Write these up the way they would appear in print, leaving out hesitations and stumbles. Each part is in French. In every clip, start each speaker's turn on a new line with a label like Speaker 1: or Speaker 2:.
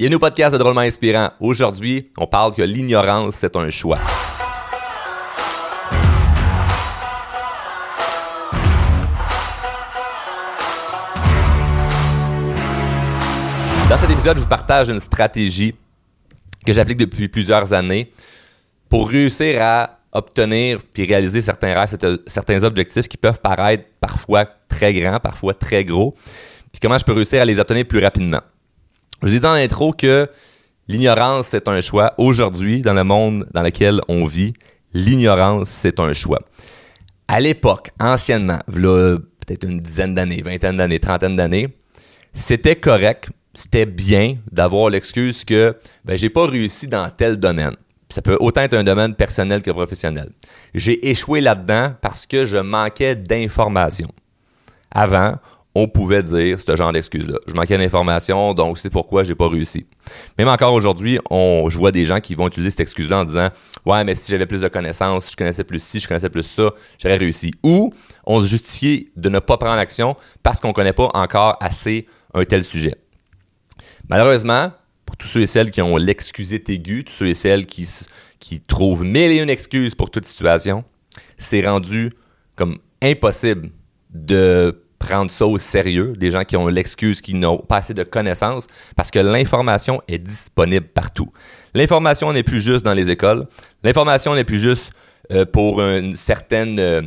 Speaker 1: Bienvenue au podcast de Drôlement Inspirant. Aujourd'hui, on parle que l'ignorance, c'est un choix. Dans cet épisode, je vous partage une stratégie que j'applique depuis plusieurs années pour réussir à obtenir puis réaliser certains rêves, certains objectifs qui peuvent paraître parfois très grands, parfois très gros. Puis comment je peux réussir à les obtenir plus rapidement. Je vous ai dit en intro que l'ignorance, c'est un choix. Aujourd'hui, dans le monde dans lequel on vit, l'ignorance, c'est un choix. À l'époque, anciennement, là, peut-être une dizaine d'années, vingtaine d'années, trentaine d'années, c'était correct, c'était bien d'avoir l'excuse que j'ai pas réussi dans tel domaine. Ça peut autant être un domaine personnel que professionnel. J'ai échoué là-dedans parce que je manquais d'informations. Avant, on pouvait dire ce genre d'excuse-là. Je manquais d'informations, donc c'est pourquoi j'ai pas réussi. Même encore aujourd'hui, je vois des gens qui vont utiliser cette excuse-là en disant « Ouais, mais si j'avais plus de connaissances, si je connaissais plus ci, je connaissais plus ça, j'aurais réussi. » Ou on se justifie de ne pas prendre l'action parce qu'on ne connaît pas encore assez un tel sujet. Malheureusement, pour tous ceux et celles qui ont l'excusite aiguë, tous ceux et celles qui trouvent mille et une excuses pour toute situation, c'est rendu comme impossible de prendre ça au sérieux, des gens qui ont l'excuse, qui n'ont pas assez de connaissances, parce que l'information est disponible partout. L'information n'est plus juste dans les écoles. L'information n'est plus juste pour une certaine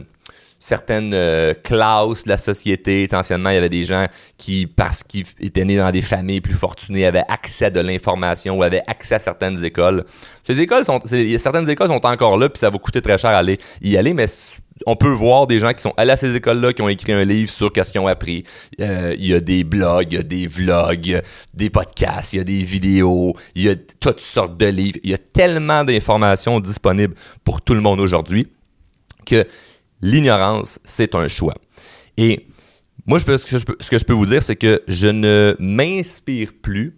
Speaker 1: classe de la société. Anciennement, il y avait des gens qui, parce qu'ils étaient nés dans des familles plus fortunées, avaient accès à de l'information ou avaient accès à certaines écoles. Certaines écoles sont encore là, puis ça va coûter très cher y aller, mais on peut voir des gens qui sont allés à ces écoles-là, qui ont écrit un livre sur ce qu'ils ont appris. Il y a des blogs, il y a des vlogs, des podcasts, il y a des vidéos, il y a toutes sortes de livres. Il y a tellement d'informations disponibles pour tout le monde aujourd'hui que l'ignorance, c'est un choix. Et moi, ce que je peux vous dire, c'est que je ne m'inspire plus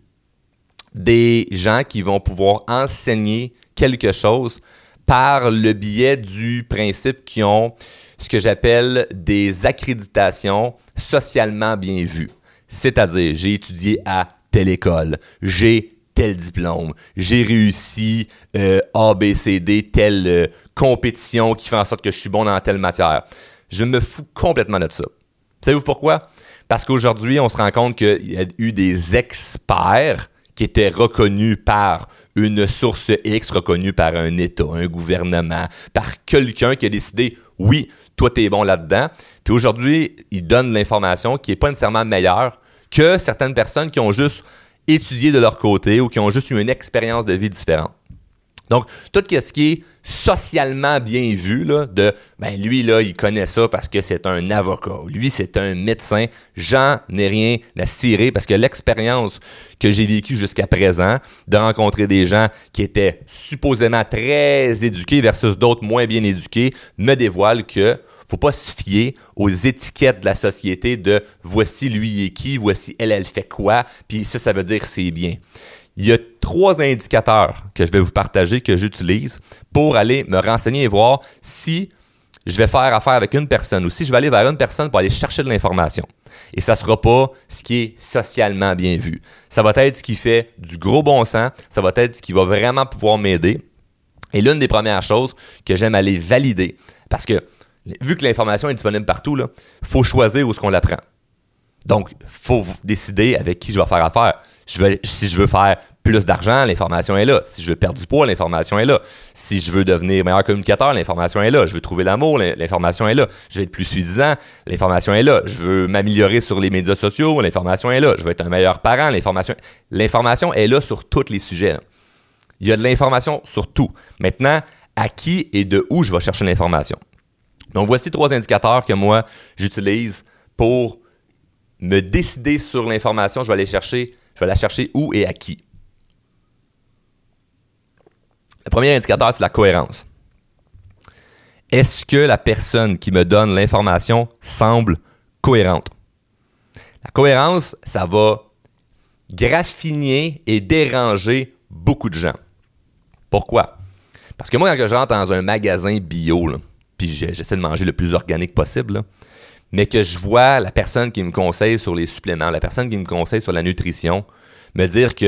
Speaker 1: des gens qui vont pouvoir enseigner quelque chose par le biais du principe qu'ils ont ce que j'appelle des accréditations socialement bien vues. C'est-à-dire, j'ai étudié à telle école, j'ai tel diplôme, j'ai réussi A, B, C, D, telle compétition qui fait en sorte que je suis bon dans telle matière. Je me fous complètement de ça. Savez-vous pourquoi? Parce qu'aujourd'hui, on se rend compte qu'il y a eu des experts qui étaient reconnus par une source X, reconnue par un État, un gouvernement, par quelqu'un qui a décidé, oui, toi, t'es bon là-dedans. Puis aujourd'hui, ils donnent l'information qui n'est pas nécessairement meilleure que certaines personnes qui ont juste étudié de leur côté ou qui ont juste eu une expérience de vie différente. Donc, tout ce qui est socialement bien vu, là, lui, là, il connaît ça parce que c'est un avocat. Lui, c'est un médecin. J'en ai rien à cirer parce que l'expérience que j'ai vécue jusqu'à présent, de rencontrer des gens qui étaient supposément très éduqués versus d'autres moins bien éduqués, me dévoile que faut pas se fier aux étiquettes de la société de « voici lui il est qui, voici elle fait quoi », puis ça veut dire « c'est bien ». Il y a 3 indicateurs que je vais vous partager que j'utilise pour aller me renseigner et voir si je vais faire affaire avec une personne ou si je vais aller vers une personne pour aller chercher de l'information. Et ça ne sera pas ce qui est socialement bien vu. Ça va être ce qui fait du gros bon sens, ça va être ce qui va vraiment pouvoir m'aider. Et l'une des premières choses que j'aime aller valider, parce que vu que l'information est disponible partout, il faut choisir où est-ce qu'on la prend. Donc, il faut décider avec qui je vais faire affaire. Si je veux faire plus d'argent, l'information est là. Si je veux perdre du poids, l'information est là. Si je veux devenir meilleur communicateur, l'information est là. Je veux trouver l'amour, l'information est là. Je veux être plus suffisant, l'information est là. Je veux m'améliorer sur les médias sociaux, l'information est là. Je veux être un meilleur parent, l'information est là sur tous les sujets. Là. Il y a de l'information sur tout. Maintenant, à qui et de où je vais chercher l'information? Donc, voici 3 indicateurs que moi, j'utilise pour me décider sur l'information. Je vais la chercher où et à qui. Le premier indicateur, c'est la cohérence. Est-ce que la personne qui me donne l'information semble cohérente? La cohérence, ça va graffiner et déranger beaucoup de gens. Pourquoi? Parce que moi, quand j'entre dans un magasin bio, là, puis j'essaie de manger le plus organique possible, là, mais que je vois la personne qui me conseille sur les suppléments, la personne qui me conseille sur la nutrition, me dire que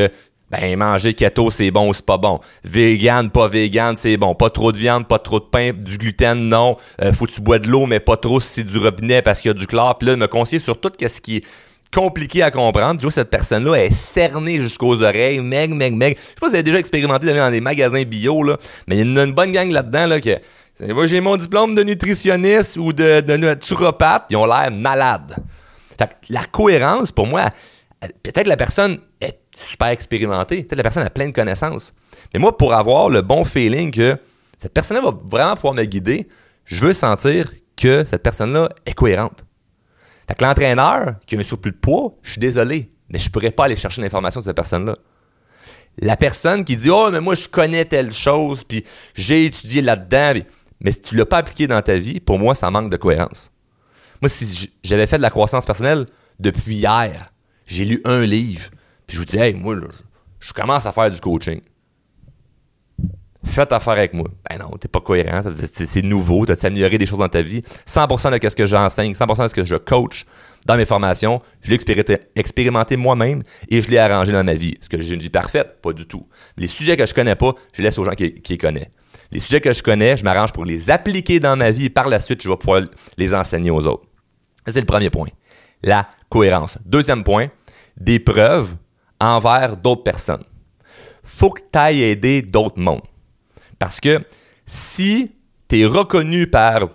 Speaker 1: Ben, manger keto, c'est bon ou c'est pas bon. Vegan, pas vegan, c'est bon. Pas trop de viande, pas trop de pain, du gluten, non. Faut que tu bois de l'eau, mais pas trop si c'est du robinet parce qu'il y a du chlore. Puis là, me conseiller sur tout ce qui est compliqué à comprendre. Tu vois, cette personne-là est cernée jusqu'aux oreilles. Meg. Je sais pas si vous avez déjà expérimenté d'aller dans des magasins bio, là, mais il y a une bonne gang là-dedans, là, que moi, j'ai mon diplôme de nutritionniste ou de naturopathe. Ils ont l'air malades. Fait que la cohérence, pour moi, peut-être la personne est super expérimentée. Peut-être la personne a plein de connaissances. Mais moi, pour avoir le bon feeling que cette personne-là va vraiment pouvoir me guider, je veux sentir que cette personne-là est cohérente. Fait que l'entraîneur qui a un surplus de poids, je suis désolé, mais je ne pourrais pas aller chercher l'information de cette personne-là. La personne qui dit « Oh, mais moi, je connais telle chose, puis j'ai étudié là-dedans. » Mais si tu ne l'as pas appliqué dans ta vie, pour moi, ça manque de cohérence. Moi, si j'avais fait de la croissance personnelle depuis hier, j'ai lu un livre, puis je vous dis « Hey, moi, là, je commence à faire du coaching. » Faites affaire avec moi. Ben non, t'es pas cohérent, c'est nouveau, t'as amélioré des choses dans ta vie. 100% de ce que j'enseigne, 100% de ce que je coach dans mes formations, je l'ai expérimenté moi-même et je l'ai arrangé dans ma vie. Est-ce que j'ai une vie parfaite? Pas du tout. Les sujets que je connais pas, je laisse aux gens qui les connaissent. Les sujets que je connais, je m'arrange pour les appliquer dans ma vie et par la suite, je vais pouvoir les enseigner aux autres. Ça, c'est le premier point. La cohérence. Deuxième point, des preuves envers d'autres personnes. Faut que tu ailles aider d'autres mondes. Parce que si tu es reconnu par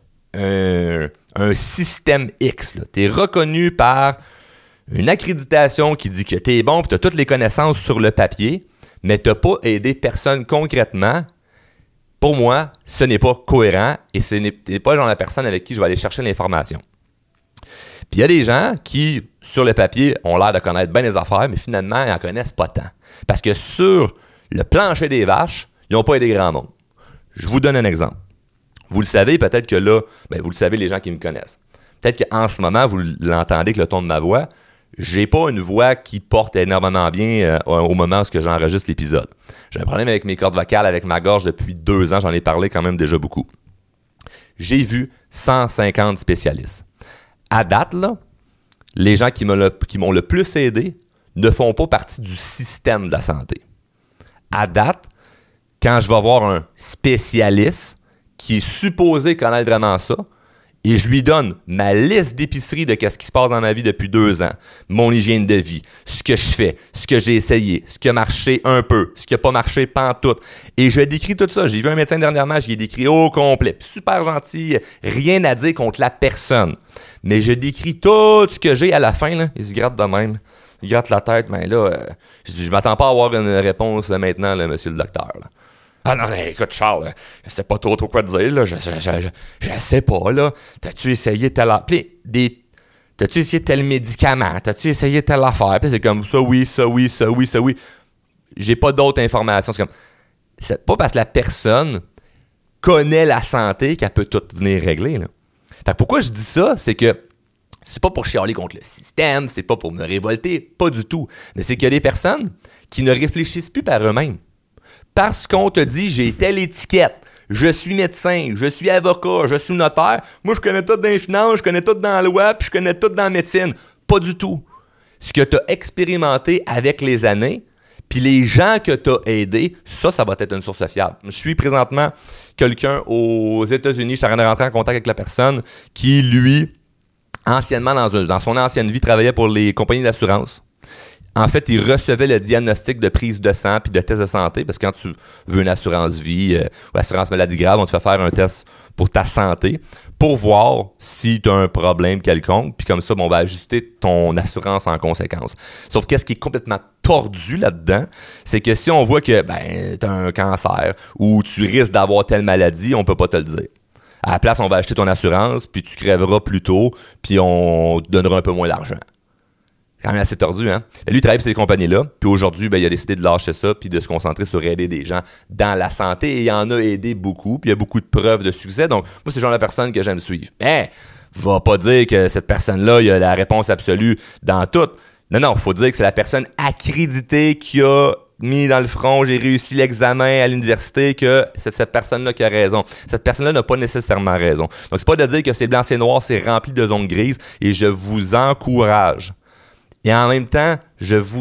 Speaker 1: un système X, tu es reconnu par une accréditation qui dit que tu es bon et tu as toutes les connaissances sur le papier, mais tu n'as pas aidé personne concrètement, pour moi, ce n'est pas cohérent et ce n'est pas le genre de personne avec qui je vais aller chercher l'information. Puis il y a des gens qui, sur le papier, ont l'air de connaître bien les affaires, mais finalement, ils n'en connaissent pas tant. Parce que sur le plancher des vaches, ils n'ont pas aidé grand monde. Je vous donne un exemple. Vous le savez, peut-être que là, vous le savez les gens qui me connaissent. Peut-être qu'en ce moment, vous l'entendez avec le ton de ma voix, j'ai pas une voix qui porte énormément bien au moment où j'enregistre l'épisode. J'ai un problème avec mes cordes vocales, avec ma gorge depuis 2 ans, j'en ai parlé quand même déjà beaucoup. J'ai vu 150 spécialistes. À date, là, les gens qui m'ont le plus aidé ne font pas partie du système de la santé. À date, quand je vais voir un spécialiste qui est supposé connaître vraiment ça, et je lui donne ma liste d'épicerie de ce qui se passe dans ma vie depuis 2 ans, mon hygiène de vie, ce que je fais, ce que j'ai essayé, ce qui a marché un peu, ce qui n'a pas marché pantoute. Et je décris tout ça. J'ai vu un médecin dernièrement, je l'ai décrit au complet. Super gentil, rien à dire contre la personne. Mais je décris tout ce que j'ai à la fin, là, il se gratte de même. Il gratte la tête, mais là, je m'attends pas à avoir une réponse maintenant, là, monsieur le docteur. Là. Ah non, écoute, Charles, je sais pas trop quoi te dire, là. Je sais pas, là. T'as-tu essayé T'as-tu essayé tel médicament? T'as-tu essayé telle affaire? Puis c'est comme ça, oui. J'ai pas d'autres informations. C'est pas parce que la personne connaît la santé qu'elle peut tout venir régler, là. Fait que pourquoi je dis ça? C'est que c'est pas pour chialer contre le système, c'est pas pour me révolter, pas du tout. Mais c'est qu'il y a des personnes qui ne réfléchissent plus par eux-mêmes. Parce qu'on te dit, j'ai telle étiquette, je suis médecin, je suis avocat, je suis notaire, moi je connais tout dans les finances, je connais tout dans la loi, puis je connais tout dans la médecine. Pas du tout. Ce que tu as expérimenté avec les années, puis les gens que tu as aidés, ça va être une source fiable. Je suis présentement quelqu'un aux États-Unis, je suis en train de rentrer en contact avec la personne qui, lui, anciennement, dans son ancienne vie, travaillait pour les compagnies d'assurance. En fait, il recevait le diagnostic de prise de sang puis de test de santé, parce que quand tu veux une assurance vie ou assurance maladie grave, on te fait faire un test pour ta santé pour voir si tu as un problème quelconque, puis comme ça, on va ajuster ton assurance en conséquence. Sauf qu'est-ce qui est complètement tordu là-dedans, c'est que si on voit que tu as un cancer ou tu risques d'avoir telle maladie, on peut pas te le dire. À la place, on va acheter ton assurance, puis tu crèveras plus tôt, puis on te donnera un peu moins d'argent. C'est quand même assez tordu, hein? Lui, il travaille pour ces compagnies-là, puis aujourd'hui, il a décidé de lâcher ça, puis de se concentrer sur aider des gens dans la santé, et il en a aidé beaucoup, puis il y a beaucoup de preuves de succès, donc moi, c'est le genre de personne que j'aime suivre. Mais, va pas dire que cette personne-là, il a la réponse absolue dans tout. Non, faut dire que c'est la personne accréditée qui a mis dans le front, j'ai réussi l'examen à l'université, que c'est cette personne-là qui a raison. Cette personne-là n'a pas nécessairement raison. Donc, c'est pas de dire que c'est blanc, c'est noir, c'est rempli de zones grises, et je vous encourage. Et en même temps, je vous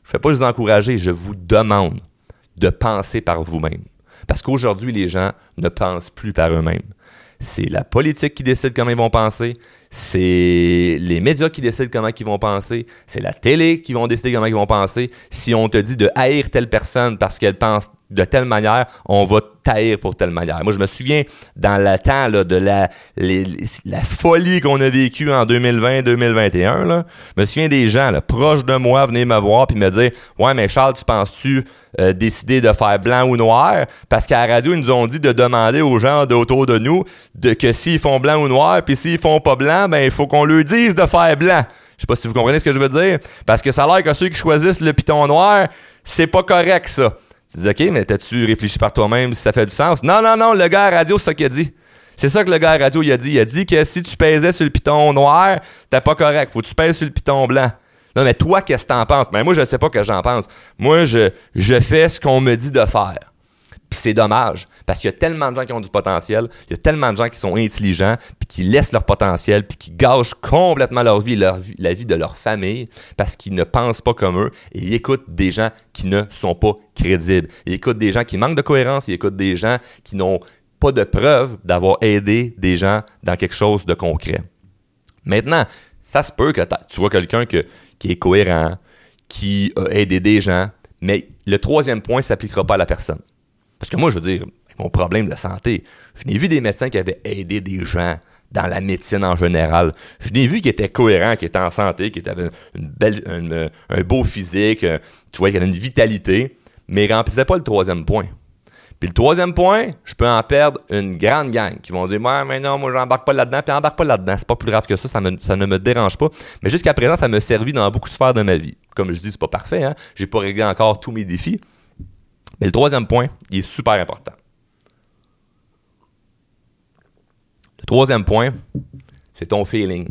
Speaker 1: je ne fais pas vous encourager, je vous demande de penser par vous-même. Parce qu'aujourd'hui, les gens ne pensent plus par eux-mêmes. C'est la politique qui décide comment ils vont penser, c'est les médias qui décident comment ils vont penser, c'est la télé qui vont décider comment ils vont penser. Si on te dit de haïr telle personne parce qu'elle pense de telle manière, on va t'haïr pour telle manière. Moi, je me souviens, dans le temps là, de la folie qu'on a vécue en 2020-2021, là, je me souviens des gens là, proches de moi venaient me voir et me dire « Ouais, mais Charles, tu penses-tu décider de faire blanc ou noir? » Parce qu'à la radio, ils nous ont dit de demander aux gens autour de nous que s'ils font blanc ou noir, puis s'ils font pas blanc, ben il faut qu'on leur dise de faire blanc. Je sais pas si vous comprenez ce que je veux dire. Parce que ça a l'air que ceux qui choisissent le piton noir, c'est pas correct, ça. Tu dis, OK, mais t'as-tu réfléchi par toi-même si ça fait du sens? Non, le gars à la radio, c'est ça qu'il a dit. C'est ça que le gars à la radio, il a dit. Il a dit que si tu pèsais sur le piton noir, t'es pas correct. Faut que tu pèses sur le piton blanc. Non, mais toi, qu'est-ce que t'en penses? Ben, moi, je sais pas que j'en pense. Moi, je fais ce qu'on me dit de faire. Puis c'est dommage, parce qu'il y a tellement de gens qui ont du potentiel, il y a tellement de gens qui sont intelligents, puis qui laissent leur potentiel, puis qui gâchent complètement leur vie, la vie de leur famille, parce qu'ils ne pensent pas comme eux, et ils écoutent des gens qui ne sont pas crédibles. Ils écoutent des gens qui manquent de cohérence, ils écoutent des gens qui n'ont pas de preuve d'avoir aidé des gens dans quelque chose de concret. Maintenant, ça se peut que tu vois quelqu'un qui est cohérent, qui a aidé des gens, mais le troisième point ne s'appliquera pas à la personne. Parce que moi, je veux dire, avec mon problème de santé, je n'ai vu des médecins qui avaient aidé des gens dans la médecine en général. Je n'ai vu qui étaient cohérents, qui étaient en santé, qui avaient un beau physique, tu vois, qui avaient une vitalité, mais ils ne remplissaient pas le troisième point. Puis le troisième point, je peux en perdre une grande gang qui vont dire « Ouais, mais non, moi, j'embarque pas là-dedans. » Puis embarque pas là-dedans. C'est pas plus grave que ça ne me dérange pas. Mais jusqu'à présent, ça m'a servi dans beaucoup de sphères de ma vie. Comme je dis, c'est pas parfait, hein. J'ai pas réglé encore tous mes défis. Mais le troisième point, il est super important. Le troisième point, c'est ton feeling.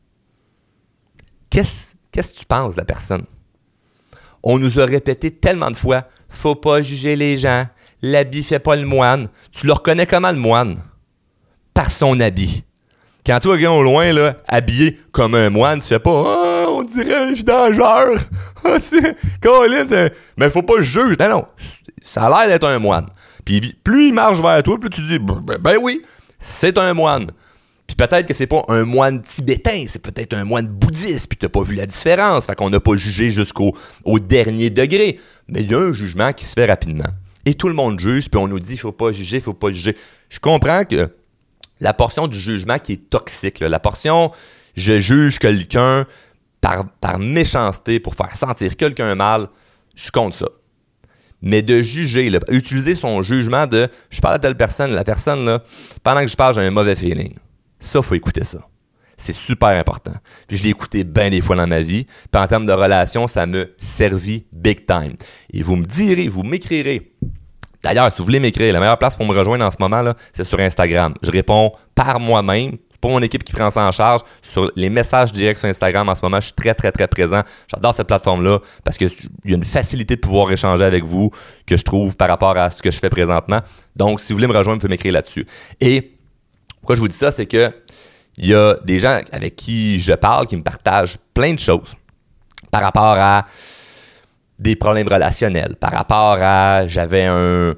Speaker 1: Qu'est-ce que tu penses de la personne? On nous a répété tellement de fois, faut pas juger les gens, l'habit fait pas le moine. Tu le reconnais comment le moine? Par son habit. Quand tu vois quelqu'un au loin, là, habillé comme un moine, tu fais pas « on dirait un vidangeur! Colin, mais faut pas juger. » Non, ça a l'air d'être un moine. Puis plus il marche vers toi, plus tu dis ben oui, c'est un moine. Puis peut-être que c'est pas un moine tibétain, c'est peut-être un moine bouddhiste, puis t'as pas vu la différence. Fait qu'on n'a pas jugé jusqu'au dernier degré. Mais il y a un jugement qui se fait rapidement. Et tout le monde juge, puis on nous dit faut pas juger, faut pas juger. Je comprends que la portion du jugement qui est toxique, là, la portion je juge quelqu'un par méchanceté pour faire sentir quelqu'un mal, je compte ça. Mais de juger, là, utiliser son jugement de « je parle à telle personne, la personne, là, pendant que je parle, j'ai un mauvais feeling ». Ça, il faut écouter ça. C'est super important. Puis je l'ai écouté bien des fois dans ma vie. Puis en termes de relation, ça m'a servi big time. Et vous me direz, vous m'écrirez. D'ailleurs, si vous voulez m'écrire, la meilleure place pour me rejoindre en ce moment, là, c'est sur Instagram. Je réponds par moi-même. C'est pas mon équipe qui prend ça en charge. Sur les messages directs sur Instagram, en ce moment, je suis très, très, très présent. J'adore cette plateforme-là parce qu'il y a une facilité de pouvoir échanger avec vous que je trouve par rapport à ce que je fais présentement. Donc, si vous voulez me rejoindre, vous pouvez m'écrire là-dessus. Et pourquoi je vous dis ça, c'est que il y a des gens avec qui je parle qui me partagent plein de choses par rapport à des problèmes relationnels, par rapport à j'avais un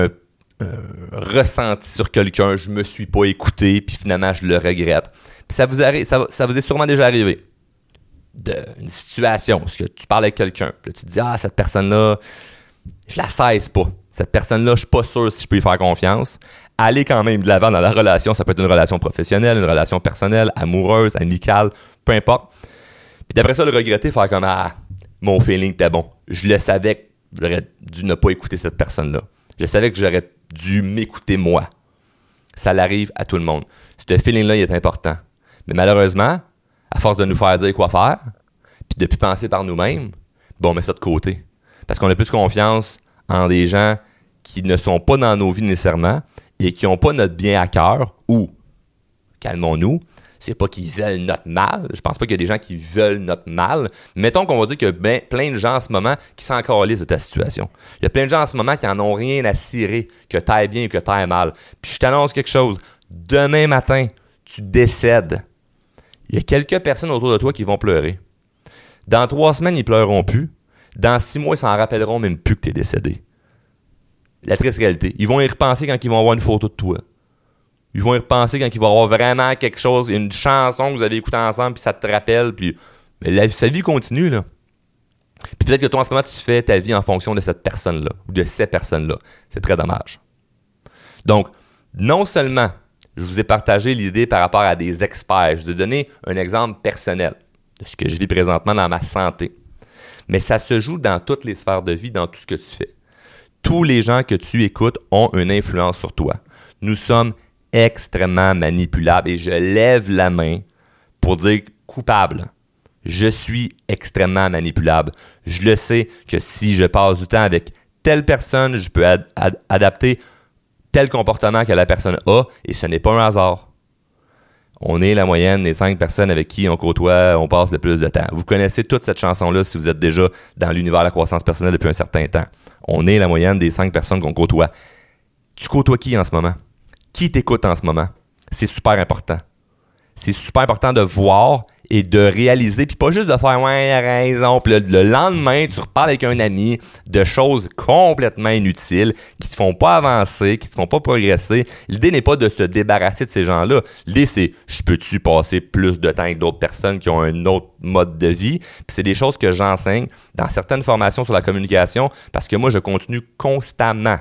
Speaker 1: ressenti sur quelqu'un, je me suis pas écouté, puis finalement je le regrette. Puis ça vous est sûrement déjà arrivé d'une situation où tu parles avec quelqu'un, puis tu te dis cette personne-là, je la cesse pas. Cette personne-là, je suis pas sûr si je peux lui faire confiance. Aller quand même de l'avant dans la relation, ça peut être une relation professionnelle, une relation personnelle, amoureuse, amicale, peu importe. Puis d'après ça, le regretter, faire comme mon feeling était bon. Je le savais que j'aurais dû ne pas écouter cette personne-là. Je savais que j'aurais dû m'écouter moi. Ça l'arrive à tout le monde. Ce feeling-là, il est important. Mais malheureusement, à force de nous faire dire quoi faire, puis de plus penser par nous-mêmes, on met ça de côté. Parce qu'on a plus confiance en des gens qui ne sont pas dans nos vies nécessairement et qui n'ont pas notre bien à cœur ou, calmons-nous, c'est pas qu'ils veulent notre mal. Je pense pas qu'il y a des gens qui veulent notre mal. Mettons qu'on va dire qu'il y a plein de gens en ce moment qui s'en calissent de ta situation. Il y a plein de gens en ce moment qui en ont rien à cirer, que t'ailles bien ou que t'ailles mal. Puis je t'annonce quelque chose. Demain matin, tu décèdes. Il y a quelques personnes autour de toi qui vont pleurer. Dans 3 semaines, ils pleureront plus. Dans 6 mois, ils s'en rappelleront même plus que tu es décédé. La triste réalité. Ils vont y repenser quand ils vont avoir une photo de toi. Ils vont y repenser quand il va y avoir vraiment quelque chose, une chanson que vous avez écoutée ensemble, puis ça te rappelle, puis mais sa vie continue, là. Puis peut-être que toi, en ce moment, tu fais ta vie en fonction de cette personne-là, ou de ces personnes-là. C'est très dommage. Donc, non seulement je vous ai partagé l'idée par rapport à des experts, je vous ai donné un exemple personnel de ce que je vis présentement dans ma santé, mais ça se joue dans toutes les sphères de vie, dans tout ce que tu fais. Tous les gens que tu écoutes ont une influence sur toi. Nous sommes extrêmement manipulables et je lève la main pour dire coupable. Je suis extrêmement manipulable. Je le sais que si je passe du temps avec telle personne, je peux adapter tel comportement que la personne a et ce n'est pas un hasard. On est la moyenne des 5 personnes avec qui on côtoie, on passe le plus de temps. Vous connaissez toute cette chanson-là si vous êtes déjà dans l'univers de la croissance personnelle depuis un certain temps. On est la moyenne des 5 personnes qu'on côtoie. Tu côtoies qui en ce moment? Qui t'écoute en ce moment? C'est super important. C'est super important de voir et de réaliser, puis pas juste de faire « ouais, il a raison », puis le lendemain, tu reparles avec un ami de choses complètement inutiles, qui te font pas avancer, qui te font pas progresser. L'idée n'est pas de se débarrasser de ces gens-là. L'idée, c'est « je peux-tu passer plus de temps avec d'autres personnes qui ont un autre mode de vie? » Puis c'est des choses que j'enseigne dans certaines formations sur la communication, parce que moi, je continue constamment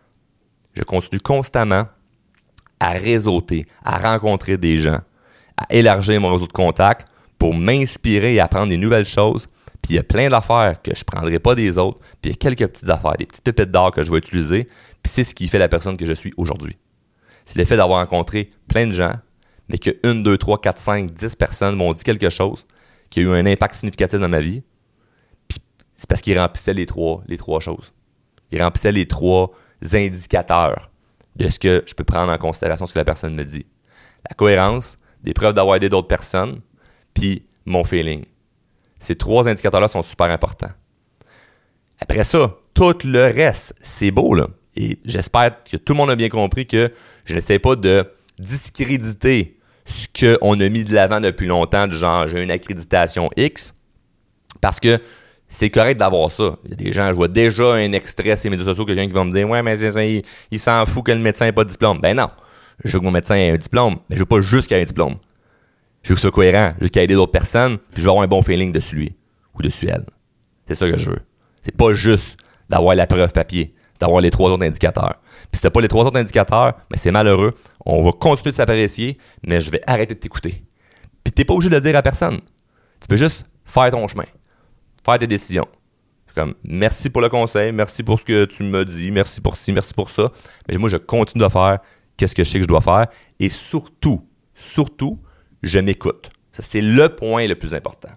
Speaker 1: à réseauter, à rencontrer des gens, à élargir mon réseau de contacts pour m'inspirer et apprendre des nouvelles choses. Puis il y a plein d'affaires que je ne prendrai pas des autres. Puis il y a quelques petites affaires, des petites pépites d'or que je vais utiliser. Puis c'est ce qui fait la personne que je suis aujourd'hui. C'est le fait d'avoir rencontré plein de gens, mais que 1, 2, 3, 4, 5, 10 personnes m'ont dit quelque chose qui a eu un impact significatif dans ma vie. Puis c'est parce qu'ils remplissaient les trois choses. Ils remplissaient les 3 indicateurs de ce que je peux prendre en considération ce que la personne me dit. La cohérence, des preuves d'avoir aidé d'autres personnes, puis mon feeling. Ces 3 indicateurs-là sont super importants. Après ça, tout le reste, c'est beau, là. Et j'espère que tout le monde a bien compris que je n'essaie pas de discréditer ce qu'on a mis de l'avant depuis longtemps, du genre j'ai une accréditation X, parce que c'est correct d'avoir ça. Il y a des gens, je vois déjà un extrait sur les médias sociaux, quelqu'un qui va me dire « ouais, mais il s'en fout que le médecin n'ait pas de diplôme. » Ben non, je veux que mon médecin ait un diplôme, mais je veux pas juste qu'il ait un diplôme. Je veux que ce soit cohérent, je veux qu'il ait aidé d'autres personnes, puis je veux avoir un bon feeling dessus lui ou dessus elle. C'est ça que je veux. C'est pas juste d'avoir la preuve papier, c'est d'avoir les 3 autres indicateurs. Puis si t'as pas les 3 autres indicateurs, mais c'est malheureux, on va continuer de s'apprécier, mais je vais arrêter de t'écouter. Puis t'es pas obligé de le dire à personne. Tu peux juste faire ton chemin, faire tes décisions. Comme, merci pour le conseil, merci pour ce que tu m'as dit, merci pour ci, merci pour ça. Mais moi, je continue de faire qu'est-ce que je sais que je dois faire. Et surtout, je m'écoute. Ça, c'est le point le plus important.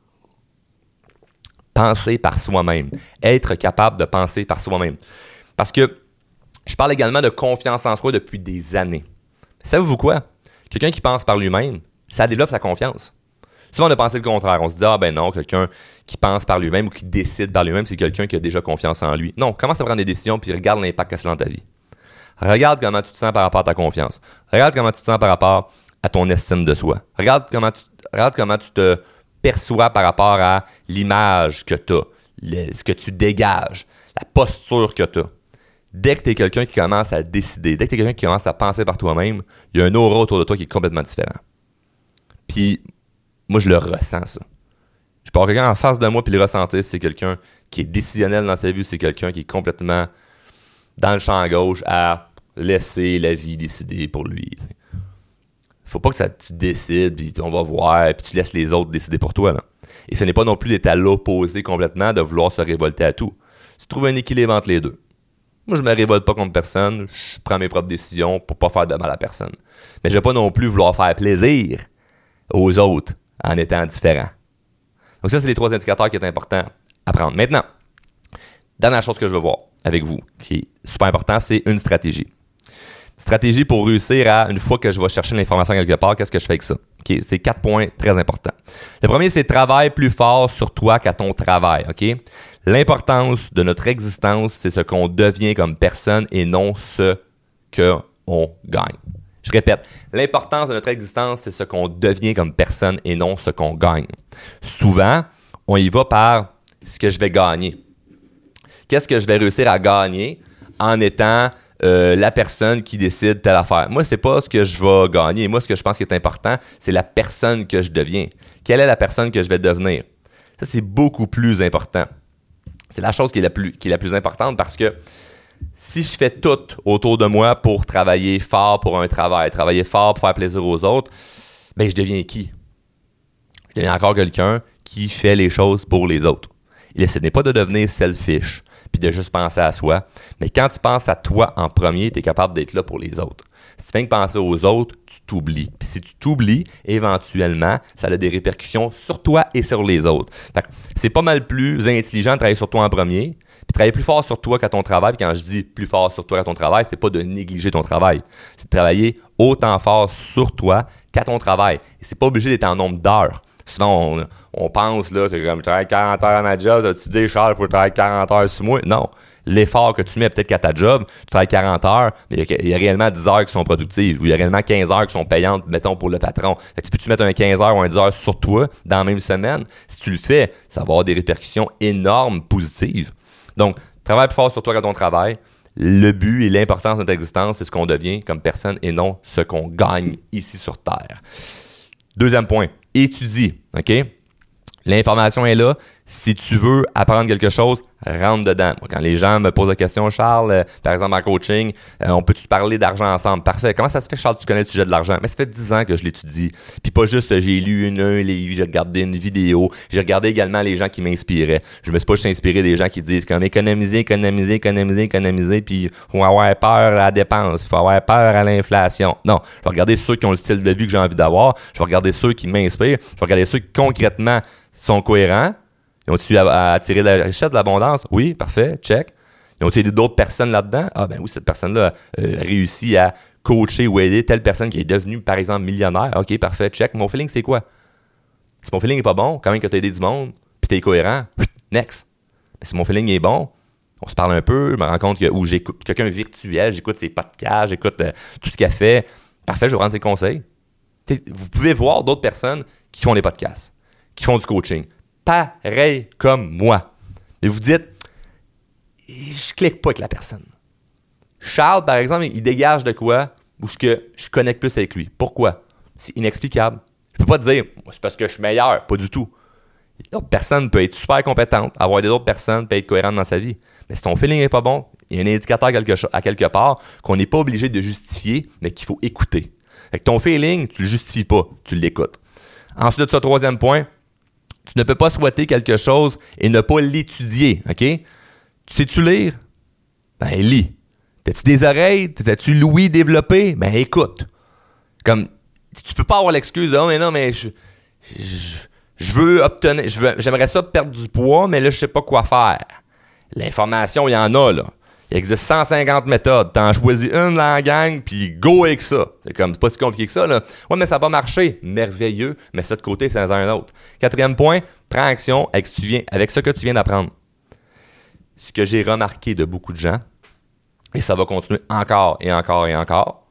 Speaker 1: Penser par soi-même. Être capable de penser par soi-même. Parce que je parle également de confiance en soi depuis des années. Savez-vous quoi? Quelqu'un qui pense par lui-même, ça développe sa confiance. Souvent, on a pensé le contraire. On se dit « ah ben non, quelqu'un qui pense par lui-même ou qui décide par lui-même, c'est quelqu'un qui a déjà confiance en lui. » Non, commence à prendre des décisions puis regarde l'impact que c'est dans ta vie. Regarde comment tu te sens par rapport à ta confiance. Regarde comment tu te sens par rapport à ton estime de soi. Regarde comment tu te perçois par rapport à l'image que tu as, ce que tu dégages, la posture que tu as. Dès que tu es quelqu'un qui commence à décider, dès que tu es quelqu'un qui commence à penser par toi-même, il y a un aura autour de toi qui est complètement différent. Puis, moi, je le ressens, ça. Je peux avoir quelqu'un en face de moi puis le ressentir, c'est quelqu'un qui est décisionnel dans sa vie, c'est quelqu'un qui est complètement dans le champ gauche à laisser la vie décider pour lui. T'sais. Faut pas que tu décides, puis on va voir, puis tu laisses les autres décider pour toi. Là. Et ce n'est pas non plus d'être à l'opposé complètement, de vouloir se révolter à tout. Tu trouves un équilibre entre les deux. Moi, je me révolte pas contre personne, je prends mes propres décisions pour pas faire de mal à personne. Mais je vais pas non plus vouloir faire plaisir aux autres en étant différent. Donc ça, c'est les 3 indicateurs qui est important à prendre. Maintenant, dernière chose que je veux voir avec vous, qui est super important, c'est une stratégie. Stratégie pour réussir à, une fois que je vais chercher l'information quelque part, qu'est-ce que je fais avec ça? Okay? C'est 4 points très importants. Le premier, c'est travaille plus fort sur toi qu'à ton travail. Okay? L'importance de notre existence, c'est ce qu'on devient comme personne et non ce qu'on gagne. Je répète, l'importance de notre existence, c'est ce qu'on devient comme personne et non ce qu'on gagne. Souvent, on y va par ce que je vais gagner. Qu'est-ce que je vais réussir à gagner en étant la personne qui décide telle affaire. Moi, c'est pas ce que je vais gagner. Moi, ce que je pense qui est important, c'est la personne que je deviens. Quelle est la personne que je vais devenir? Ça, c'est beaucoup plus important. C'est la chose qui est la plus importante parce que si je fais tout autour de moi pour travailler fort pour un travail, travailler fort pour faire plaisir aux autres, ben je deviens qui? Je deviens encore quelqu'un qui fait les choses pour les autres. Et ce n'est pas de devenir selfish puis de juste penser à soi, mais quand tu penses à toi en premier, tu es capable d'être là pour les autres. Si tu fais que penser aux autres, tu t'oublies. Puis si tu t'oublies, éventuellement, ça a des répercussions sur toi et sur les autres. Fait que c'est pas mal plus intelligent de travailler sur toi en premier, puis travailler plus fort sur toi qu'à ton travail. Puis quand je dis plus fort sur toi qu'à ton travail, c'est pas de négliger ton travail. C'est de travailler autant fort sur toi qu'à ton travail. Et c'est pas obligé d'être en nombre d'heures. Souvent, on pense, là, c'est comme, je travaille 40 heures à ma job, tu dis, Charles, il faut que je travaille 40 heures sur moi. Non. L'effort que tu mets peut-être qu'à ta job, tu travailles 40 heures, mais il y a réellement 10 heures qui sont productives, ou il y a réellement 15 heures qui sont payantes, mettons, pour le patron. Fait que tu peux-tu mettre un 15 heures ou un 10 heures sur toi dans la même semaine? Si tu le fais, ça va avoir des répercussions énormes, positives. Donc, travaille plus fort sur toi qu'à ton travail. Le but et l'importance de notre existence, c'est ce qu'on devient comme personne et non ce qu'on gagne ici sur Terre. Deuxième point, étudie, OK? L'information est là. Si tu veux apprendre quelque chose, rentre dedans. Moi, quand les gens me posent la question, Charles, par exemple en coaching, on peut-tu parler d'argent ensemble? Parfait. Comment ça se fait, Charles, tu connais le sujet de l'argent? Mais ça fait 10 ans que je l'étudie. Puis pas juste, j'ai lu un livre, j'ai regardé une vidéo, j'ai regardé également les gens qui m'inspiraient. Je me suis pas juste inspiré des gens qui disent comme économiser, puis faut avoir peur à la dépense, faut avoir peur à l'inflation. Non, je vais regarder ceux qui ont le style de vie que j'ai envie d'avoir, je vais regarder ceux qui m'inspirent, je vais regarder ceux qui concrètement sont cohérents. Ils ont-ils attiré la richesse de l'abondance? Oui, parfait, check. Ils ont-ils aidé d'autres personnes là-dedans? Ah ben oui, cette personne-là a réussi à coacher ou aider telle personne qui est devenue, par exemple, millionnaire. OK, parfait, check. Mon feeling, c'est quoi? Si mon feeling n'est pas bon, quand même que tu as aidé du monde, puis tu es cohérent, next. Mais si mon feeling est bon, on se parle un peu, je me rends compte que où j'écoute quelqu'un virtuel, j'écoute ses podcasts, j'écoute tout ce qu'elle fait. Parfait, je vais prendre ses conseils. Vous pouvez voir d'autres personnes qui font des podcasts, qui font du coaching. Pareil comme moi. Et vous dites, je clique pas avec la personne. Charles, par exemple, il dégage de quoi ou que je connecte plus avec lui. Pourquoi? C'est inexplicable. Je peux pas te dire, c'est parce que je suis meilleur. Pas du tout. D'autres personnes peuvent être super compétentes, avoir d'autres personnes peuvent être cohérentes dans sa vie. Mais si ton feeling n'est pas bon, il y a un indicateur à quelque part qu'on n'est pas obligé de justifier, mais qu'il faut écouter. Fait que ton feeling, tu le justifies pas, tu l'écoutes. Ensuite de ça, troisième point, tu ne peux pas souhaiter quelque chose et ne pas l'étudier, OK? Tu sais-tu lire? Ben, lis. T'as-tu des oreilles? T'as-tu l'ouïe développée? Ben, écoute. Comme, tu peux pas avoir l'excuse de « Oh, mais non, mais je veux obtenir... j'aimerais ça perdre du poids, mais là, je sais pas quoi faire. » L'information, il y en a, là. Il existe 150 méthodes. T'en choisis une dans la gang, puis go avec ça. C'est comme, c'est pas si compliqué que ça, là. Ouais, mais ça va marcher. Merveilleux. Mets ça de côté, c'est un autre. Quatrième point, prends action avec ce que tu viens d'apprendre. Ce que j'ai remarqué de beaucoup de gens, et ça va continuer encore et encore et encore,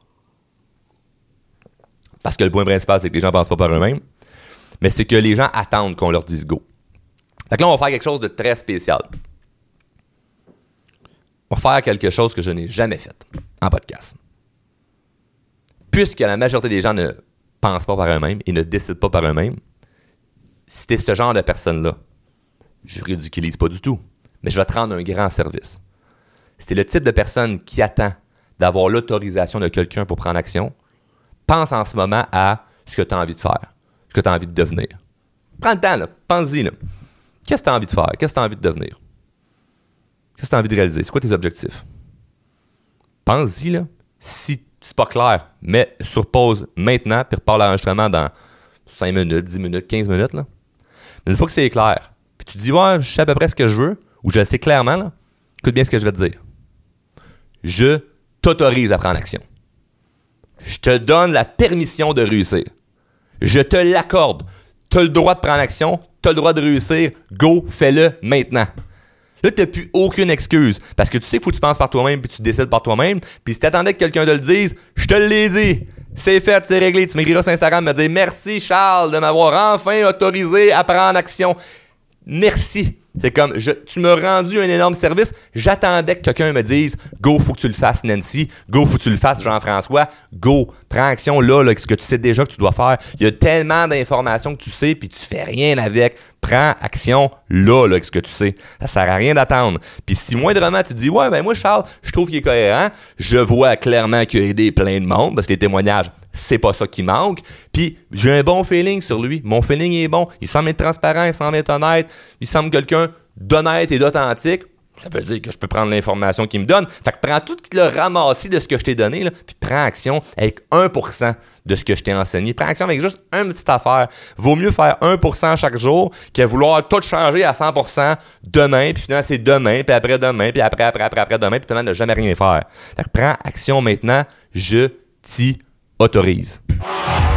Speaker 1: parce que le point principal, c'est que les gens ne pensent pas par eux-mêmes, mais c'est que les gens attendent qu'on leur dise go. Fait que là, on va faire quelque chose de très spécial. On va faire quelque chose que je n'ai jamais fait en podcast. Puisque la majorité des gens ne pensent pas par eux-mêmes et ne décident pas par eux-mêmes, si t'es ce genre de personne-là, je ne ridiculise pas du tout, mais je vais te rendre un grand service. Si t'es le type de personne qui attend d'avoir l'autorisation de quelqu'un pour prendre action, pense en ce moment à ce que tu as envie de faire, ce que tu as envie de devenir. Prends le temps, là, pense-y. Là. Qu'est-ce que tu as envie de faire? Qu'est-ce que tu as envie de devenir? Qu'est-ce que tu as envie de réaliser? C'est quoi tes objectifs? Pense-y, là. Si c'est pas clair, mets sur pause maintenant, puis repars l'enregistrement dans 5 minutes, 10 minutes, 15 minutes. Là. Mais une fois que c'est clair, puis tu te dis, ouais, je sais à peu près ce que je veux, ou je le sais clairement, là, écoute bien ce que je vais te dire. Je t'autorise à prendre action. Je te donne la permission de réussir. Je te l'accorde. Tu as le droit de prendre action, tu as le droit de réussir. Go, fais-le maintenant. Là, tu n'as plus aucune excuse. Parce que tu sais qu'il faut que tu penses par toi-même puis tu décides par toi-même. Puis si tu attendais que quelqu'un te le dise, je te l'ai dit. C'est fait, c'est réglé. Tu m'écriras sur Instagram me dire « Merci Charles de m'avoir enfin autorisé à prendre action. » Merci. C'est comme, tu m'as rendu un énorme service, j'attendais que quelqu'un me dise « Go, faut que tu le fasses Nancy, go, faut que tu le fasses Jean-François, go, prends action là, ce que tu sais déjà que tu dois faire. Il y a tellement d'informations que tu sais puis tu fais rien avec. Prends action là, ce que tu sais. Ça sert à rien d'attendre. Puis si moindrement tu dis « Ouais, ben moi Charles, je trouve qu'il est cohérent, je vois clairement qu'il a aidé plein de monde parce que les témoignages, c'est pas ça qui manque. Puis j'ai un bon feeling sur lui. Mon feeling est bon. Il semble être transparent, il semble être honnête. Il semble quelqu'un d'honnête et d'authentique. Ça veut dire que je peux prendre l'information qu'il me donne. Fait que prends tout le ramassis de ce que je t'ai donné, là, puis prends action avec 1% de ce que je t'ai enseigné. Prends action avec juste une petite affaire. Vaut mieux faire 1% chaque jour que vouloir tout changer à 100% demain, puis finalement c'est demain, puis après-demain, puis après demain, puis finalement ne jamais rien faire. Fait que prends action maintenant. Je t'y autorise.